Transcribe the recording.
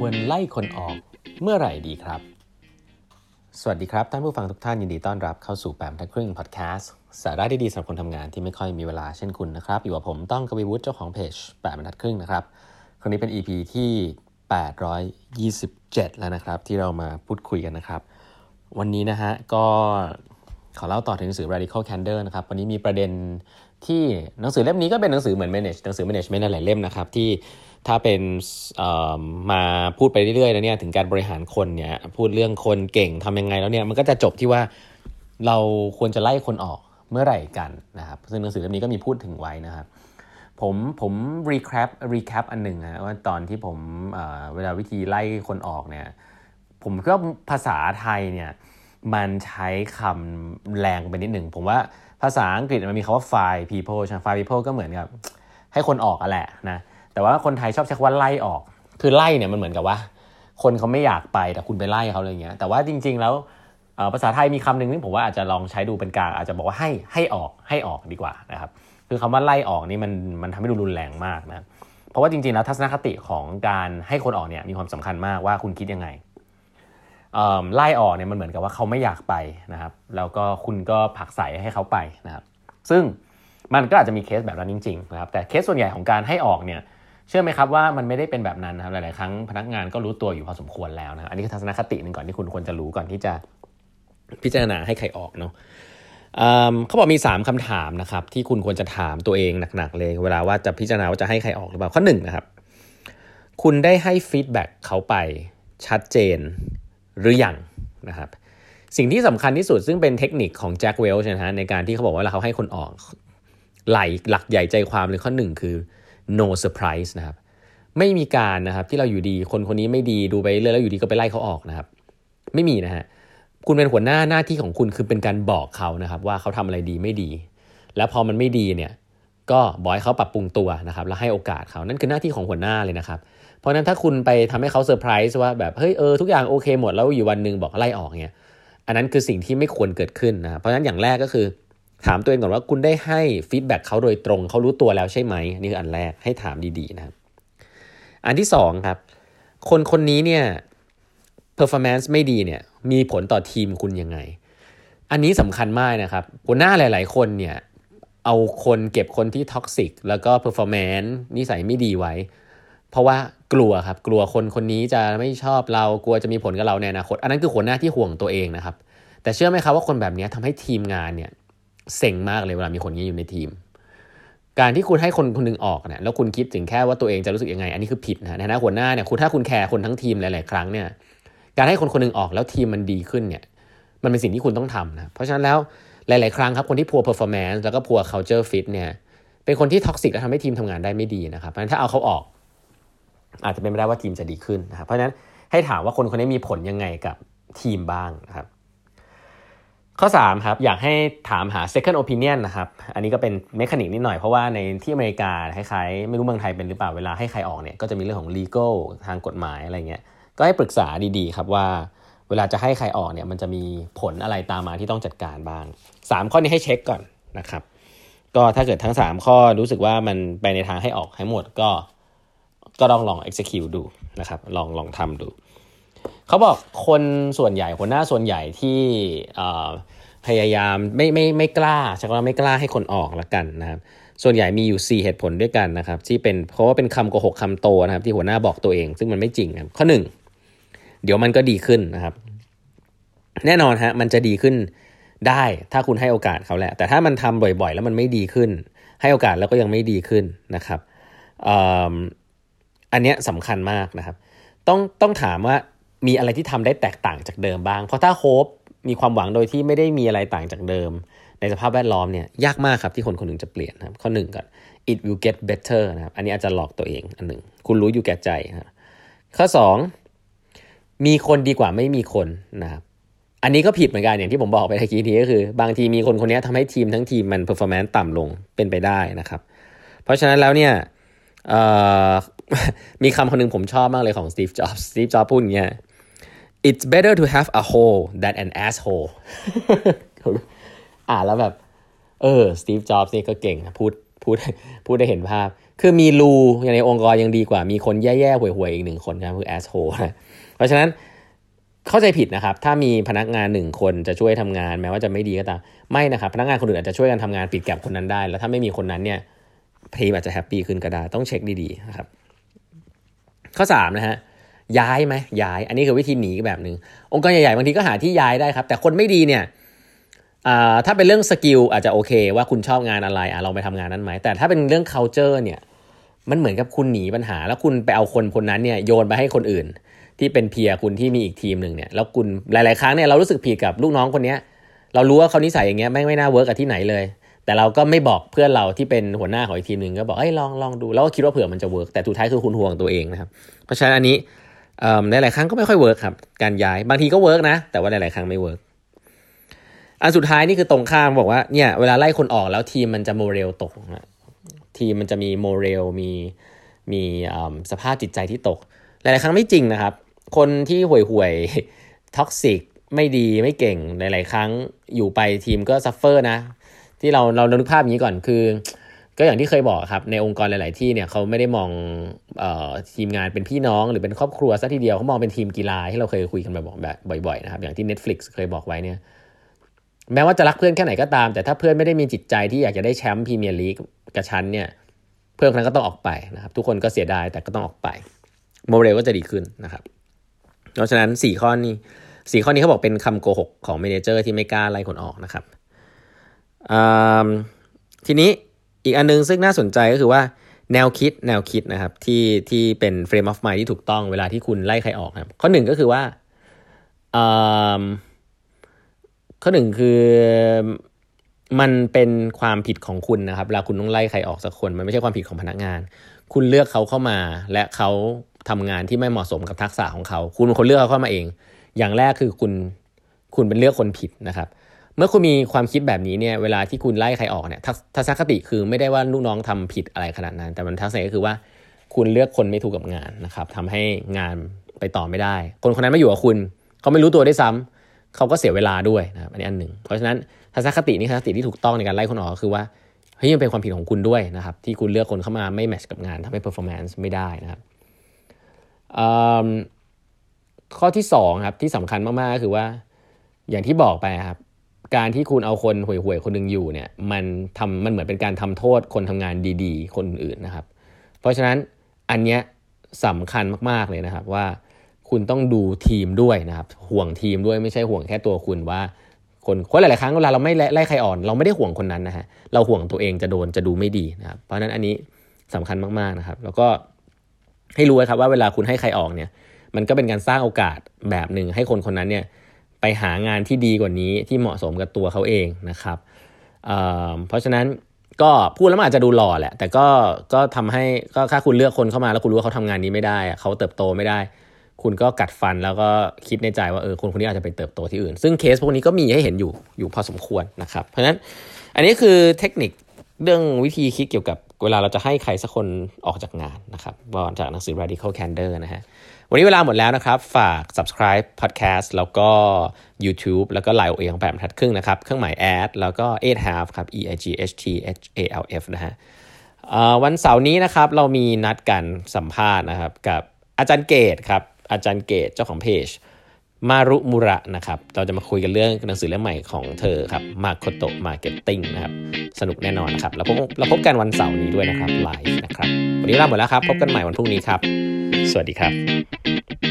ควรไล่คนออกเมื่อไหร่ดีครับสวัสดีครับท่านผู้ฟังทุกท่านยินดีต้อนรับเข้าสู่8 บรรทัดครึ่งพอดแคสต์สาระดีๆสำหรับคนทำงานที่ไม่ค่อยมีเวลาเช่นคุณนะครับอยู่กับผมต้องกวีวุฒิเจ้าของเพจ8 บรรทัดครึ่งนะครับครั้งนี้เป็น EP ที่827แล้วนะครับที่เรามาพูดคุยกันนะครับวันนี้นะฮะก็ขอเล่าต่อถึงหนังสือ Radical Candor นะครับวันนี้มีประเด็นที่หนังสือเล่มนี้ก็เป็นหนังสือเหมือนหนังสือ management หลายเล่มนะครับที่ถ้าเป็นมาพูดไปเรื่อยๆแล้วเนี่ยถึงการบริหารคนเนี่ยพูดเรื่องคนเก่งทำยังไงแล้วเนี่ยมันก็จะจบที่ว่าเราควรจะไล่คนออกเมื่อไหร่กันนะครับซึ่งหนังสือเล่มนี้ก็มีพูดถึงไว้นะครับผม recap อันหนึ่งนะว่าตอนที่ผมเวลาวิธีไล่คนออกเนี่ยผมก็ภาษาไทยเนี่ยมันใช้คำแรงไปนิดหนึ่งผมว่าภาษาอังกฤษมันมีคำว่า fire people ใช่ไหม fire people ก็เหมือนกับให้คนออกแหละนะแต่ว่าคนไทยชอบใช้คำว่าไล่ออกคือไล่เนี่ยมันเหมือนกับว่าคนเขาไม่อยากไปแต่คุณไปไล่เขาอะไรเงี้ยแต่ว่าจริงๆแล้วภาษาไทยมีคำหนึ่งที่ผมว่าอาจจะลองใช้ดูเป็นกลางอาจจะบอกว่าให้ออกดีกว่านะครับคือคำว่าไล่ออกนี่มันทำให้ดูรุนแรงมากนะเพราะว่าจริงๆแล้วทัศนคติของการให้คนออกเนี่ยมีความสำคัญมากว่าคุณคิดยังไงไล่ออกเนี่ยมันเหมือนกับว่าเขาไม่อยากไปนะครับแล้วก็คุณก็ผลักไสให้เขาไปนะครับซึ่งมันก็อาจจะมีเคสแบบนั้นจริงๆนะครับแต่เคสส่วนใหญ่ของการให้ออกเนี่ยเชื่อไหมครับว่ามันไม่ได้เป็นแบบนั้นนะครับหลายๆครั้งพนักงานก็รู้ตัวอยู่พอสมควรแล้วนะอันนี้คือทัศนคติหนึ่งก่อนที่คุณควรจะรู้ก่อนที่จะพิจารณาให้ใครออกเนาะเขาบอกมี3คำถามนะครับที่คุณควรจะถามตัวเองหนักๆเลยเวลาว่าจะพิจารณาว่าจะให้ใครออกหรือเปล่าข้อ1นะครับคุณได้ให้ฟีดแบ็กเขาไปชัดเจนหรือยังนะครับสิ่งที่สำคัญที่สุดซึ่งเป็นเทคนิคของแจ็คเวลช์นะฮะในการที่เขาบอกว่าเขาให้คนออกหลักใหญ่ใจความเลยข้อ1คือ no surprise นะครับไม่มีการนะครับที่เราอยู่ดีคนนี้ไม่ดีดูไปเรื่อยแล้วอยู่ดีก็ไปไล่เขาออกนะครับไม่มีนะฮะคุณเป็นหัวหน้าที่ของคุณคือเป็นการบอกเขานะครับว่าเขาทำอะไรดีไม่ดีแล้วพอมันไม่ดีเนี่ยก็บอกให้เขาปรับปรุงตัวนะครับแล้วให้โอกาสเขานั่นคือหน้าที่ของหัวหน้าเลยนะครับเพราะนั้นถ้าคุณไปทำให้เขาเซอร์ไพรส์ว่าแบบเฮ้ยทุกอย่างโอเคหมดแล้วอยู่วันนึงบอกไล่ออกเนี่ยอันนั้นคือสิ่งที่ไม่ควรเกิดขึ้นนะเพราะฉะนั้นอย่างแรกก็คือถามตัวเองก่อนว่าคุณได้ให้ฟีดแบ็กเขาโดยตรงเขารู้ตัวแล้วใช่ไหมนี่คืออันแรกให้ถามดีๆนะครับอันที่2ครับคนนี้เนี่ย performance ไม่ดีเนี่ยมีผลต่อทีมคุณยังไงอันนี้สำคัญมากนะครับหัวหน้าหลายๆคนเนี่ยเอาเก็บคนที่ท็อกซิกแล้วก็ performance นิสัยไม่ดีไว้เพราะว่ากลัวครับกลัวคนนี้จะไม่ชอบเรากลัวจะมีผลกับเราในอนาคตอันนั้นคือหัวหน้าที่ห่วงตัวเองนะครับแต่เชื่อไหมครับว่าคนแบบนี้ทำให้ทีมงานเนี่ยเซ็งมากเลยเวลามีคนนี้อยู่ในทีมการที่คุณให้คนนึงออกเนี่ยแล้วคุณคิดถึงแค่ว่าตัวเองจะรู้สึกยังไงอันนี้คือผิดนะในฐานะหัวหน้าเนี่ยถ้าคุณแคร์คนทั้งทีมหลายๆครั้งเนี่ยการให้คนนึงออกแล้วทีมมันดีขึ้นเนี่ยมันเป็นสิ่งที่คุณต้องทำนะเพราะฉะนั้นแล้วหลายๆครั้งครับคนที่poor performance แล้วก็poor culture fit เนี่ยเป็นคนที่ท็อกซิกและทำให้ทีมทำงานได้ไม่ดีนะครับเพราะฉะนั้นถ้าเอาเขาออกอาจจะเป็นไปได้ว่าทีมจะดีขึ้นนะครับเพราะฉะนั้นให้ถามว่าคนนี้มีผลยังไงกับทีมบ้างนะครับข้อ3ครับอยากให้ถามหา second opinion นะครับอันนี้ก็เป็นเมคานิกนิดหน่อยเพราะว่าในที่อเมริกาคล้ายๆไม่รู้เมืองไทยเป็นหรือเปล่าเวลาให้ใครออกเนี่ยก็จะมีเรื่องของ legal ทางกฎหมายอะไรเงี้ยก็ให้ปรึกษาดีๆครับว่าเวลาจะให้ใครออกเนี่ยมันจะมีผลอะไรตามมาที่ต้องจัดการบ้าง3ข้อนี้ให้เช็คก่อนนะครับก็ถ้าเกิดทั้ง3ข้อรู้สึกว่ามันไปในทางให้ออกให้หมดก็ลอง execute ดูนะครับลองทำดูเขาบอกคนส่วนใหญ่หัวหน้าส่วนใหญ่ที่พยายามไม่กล้าใช่ไหมไม่กล้าให้คนออกละกันนะครับส่วนใหญ่มีอยู่4เหตุผลด้วยกันนะครับที่เป็นเพราะว่าเป็นคำโกหกคำโตนะครับที่หัวหน้าบอกตัวเองซึ่งมันไม่จริงครับข้อ1เดี๋ยวมันก็ดีขึ้นนะครับแน่นอนฮะมันจะดีขึ้นได้ถ้าคุณให้โอกาสเขาแหละแต่ถ้ามันทำบ่อยๆแล้วมันไม่ดีขึ้นให้โอกาสแล้วก็ยังไม่ดีขึ้นนะครับอันเนี้ยสำคัญมากนะครับต้องถามว่ามีอะไรที่ทำได้แตกต่างจากเดิมบ้างเพราะถ้าโฮปมีความหวังโดยที่ไม่ได้มีอะไรต่างจากเดิมในสภาพแวดล้อมเนี่ยยากมากครับที่คนหนึ่งจะเปลี่ยนนะครับข้อ1ก่อน it will get better นะครับอันนี้อาจจะหลอกตัวเองอันหนึ่งคุณรู้อยู่แก่ใจนะข้อ2มีคนดีกว่าไม่มีคนนะครับอันนี้ก็ผิดเหมือนกันอย่างที่ผมบอกไปเมื่อกี้นี้ก็คือบางทีมีคนนี้ทำให้ทีมทั้งทีมมัน performance ต่ำลงเป็นไปได้นะครับเพราะฉะนั้นแล้วเนี่ยมีคำคนหนึ่งผมชอบมากเลยของ Steve Jobs พูดอย่างเงี้ย It's better to have a hole than an asshole แล้วแบบSteve Jobs นี่ก็เก่งพูดพูดพูดได้เห็นภาพคือมีรูอย่างในองค์กรยังดีกว่ามีคนแย่ๆห่วยๆอีก1คนครับคือ asshole นะเพราะฉะนั้นเข้าใจผิดนะครับถ้ามีพนักงาน1คนจะช่วยทำงานแม้ว่าจะไม่ดีก็ตามไม่นะครับพนักงานคนอื่นอาจจะช่วยกันทำงานปิดแก็บคนนั้นได้แล้วถ้าไม่มีคนนั้นเนี่ยทีมอาจจะแฮปปี้ขึ้นก็ได้ต้องเช็คดีๆนะครับข้อ3นะฮะย้ายไหมย้ายอันนี้คือวิธีหนีแบบนึงองค์กรใหญ่ๆบางทีก็หาที่ย้ายได้ครับแต่คนไม่ดีเนี่ยถ้าเป็นเรื่องสกิลอาจจะโอเคว่าคุณชอบงานอะไรลองไปทำงานนั้นไหมแต่ถ้าเป็นเรื่อง culture เนี่ยมันเหมือนกับคุณหนีปัญหาแล้วคุณไปเอาคนนั้นเนี่ยโยนไปให้คนอื่นที่เป็นเพียร์คุณที่มีอีกทีมหนึ่งเนี่ยแล้วคุณหลายๆครั้งเนี่ยเรารู้สึกผิดกับลูกน้องคนนี้เรารู้ว่าเขานิสัยอย่างเงี้ยไม่น่าเวิร์กกับที่ไหนเลยแต่เราก็ไม่บอกเพื่อนเราที่เป็นหัวหน้าของอีกทีมนึงก็บอกลองดูแล้วก็คิดว่าเผื่อมันจะเวิร์กแต่สุดท้ายคือคุณห่วงตัวเองนะครับเพราะฉะนั้นอันนี้หลายๆครั้งก็ไม่ค่อยเวิร์กครับการย้ายบางทีก็เวิร์กนะแต่ว่าหลายๆครั้งไม่เวิร์กอันสุดท้ายนี่คือตรงข้ามบอกว่าเนี่ยเวลาไล่คนออกแล้วทีมมันจะโมเรลตกนะทีมมันจะมีโมเรลมีสภาพจิตใจที่ตกหลายๆครั้งไม่จริงนะครับคนที่ห่วยๆท็อกซิกไม่ดีไม่เก่งหลายๆครั้งอยู่ไปทีมก็ซัฟเฟอร์นะที่เรานึกภาพอย่างนี้ก่อนคือก็อย่างที่เคยบอกครับในองค์กรหลายๆที่เนี่ยเขาไม่ได้มองทีมงานเป็นพี่น้องหรือเป็นครอบครัวซะทีเดียวเขามองเป็นทีมกีฬาที่เราเคยคุยกันแบบบ่อยๆนะครับอย่างที่ Netflix เคยบอกไว้เนี่ยแม้ว่าจะรักเพื่อนแค่ไหนก็ตามแต่ถ้าเพื่อนไม่ได้มีจิตใจที่อยากจะได้แชมป์พรีเมียร์ลีกกับชั้นเนี่ยเพื่อนคนนั้นก็ต้องออกไปนะครับทุกคนก็เสียดายแต่ก็ต้องออกไปโมเดลก็จะดีขึ้นนะครับเพราะฉะนั้น4ข้อนี้เขาบอกเป็นคำโกหกของเมเนเจอร์ที่ไม่กล้าไล่คนออกนะครับทีนี้อีกอันนึงซึ่งน่าสนใจก็คือว่าแนวคิดนะครับที่เป็น frame of mind ที่ถูกต้องเวลาที่คุณไล่ใครออกครับข้อ1ก็คือว่าข้อ1คือมันเป็นความผิดของคุณนะครับเวลาคุณต้องไล่ใครออกสักคนมันไม่ใช่ความผิดของพนักงานคุณเลือกเขาเข้ามาและเขาทำงานที่ไม่เหมาะสมกับทักษะของเขาคุณเป็นคนเลือกเขาเข้ามาเองอย่างแรกคือคุณเป็นเลือกคนผิดนะครับเมื่อคุณมีความคิดแบบนี้เนี่ยเวลาที่คุณไล่ใครออกเนี่ยทัศนคติคือไม่ได้ว่าลูกน้องทำผิดอะไรขนาดนั้นแต่มันทัศนคติก็คือว่าคุณเลือกคนไม่ถูกกับงานนะครับทำให้งานไปต่อไม่ได้คนนั้นไม่อยู่กับคุณเขาไม่รู้ตัวได้ซ้ำเขาก็เสียเวลาด้วยนะครับอันนี้อันหนึ่งเพราะฉะนั้นทัศนคตินี่ทัศนคติที่ถูกต้องในการไล่คนออกก็คือว่าเฮ้ยมันเป็นความผิดของคุณด้วยนะครับที่คุณเลือกคนเข้ามาไม่แมทช์กับงานทำให้ performance ไม่ได้นะครับข้อที่2ครับที่สำคัญมากๆก็คือว่าอย่างที่บอกไปครับการที่คุณเอาคนห่วยๆคนนึงอยู่เนี่ยมันเหมือนเป็นการทำโทษคนทำงานดีๆคนอื่นๆนะครับเพราะฉะนั้นอันเนี้ยสำคัญมากๆเลยนะครับว่าคุณต้องดูทีมด้วยนะครับห่วงทีมด้วยไม่ใช่ห่วงแค่ตัวคุณว่าคนหลายๆครั้งเวลาเราไม่ไล่ใครอ่อนเราไม่ได้ห่วงคนนั้นนะฮะเราห่วงตัวเองจะดูไม่ดีนะครับเพราะฉะนั้นอันนี้สำคัญมากๆนะครับแล้วก็ให้รู้ครับว่าเวลาคุณให้ใครออกเนี่ยมันก็เป็นการสร้างโอกาสแบบนึงให้คนนั้นเนี่ยไปหางานที่ดีกว่านี้ที่เหมาะสมกับตัวเขาเองนะครับเพราะฉะนั้นก็พูดแล้วมันอาจจะดูหล่อแหละแต่ก็ทำให้ก็ถ้าคุณเลือกคนเข้ามาแล้วคุณรู้ว่าเขาทำงานนี้ไม่ได้เขาเติบโตไม่ได้คุณก็กัดฟันแล้วก็คิดในใจว่าคนนี้อาจจะไปเติบโตที่อื่นซึ่งเคสพวกนี้ก็มีให้เห็นอยู่พอสมควรนะครับเพราะฉะนั้นอันนี้คือเทคนิคเรื่องวิธีคิดเกี่ยวกับเวลาเราจะให้ใครสักคนออกจากงานนะครับว่าจากหนังสือ Radical Candor นะฮะวันนี้เวลาหมดแล้วนะครับฝาก subscribe podcast แล้วก็ YouTube แล้วก็ Line OA ของ8บรรทัดครึ่งนะครับเครื่องหมาย add แล้วก็ 8half ครับ EIGHTHALF นะฮะวันเสาร์นี้นะครับเรามีนัดกันสัมภาษณ์นะครับกับอาจารย์เกตครับอาจารย์เกตเจ้าของเพจมารุมุระนะครับเราจะมาคุยกันเรื่องหนังสือเล่มใหม่ของเธอครับ Makoto Marketing นะครับสนุกแน่นอนนะครับเราพบกันวันเสาร์นี้ด้วยนะครับไลฟ์นะครับวันนี้เวลาหมดแล้วครับพบกันใหม่วันพรุ่งนี้ครับสวัสดีครับ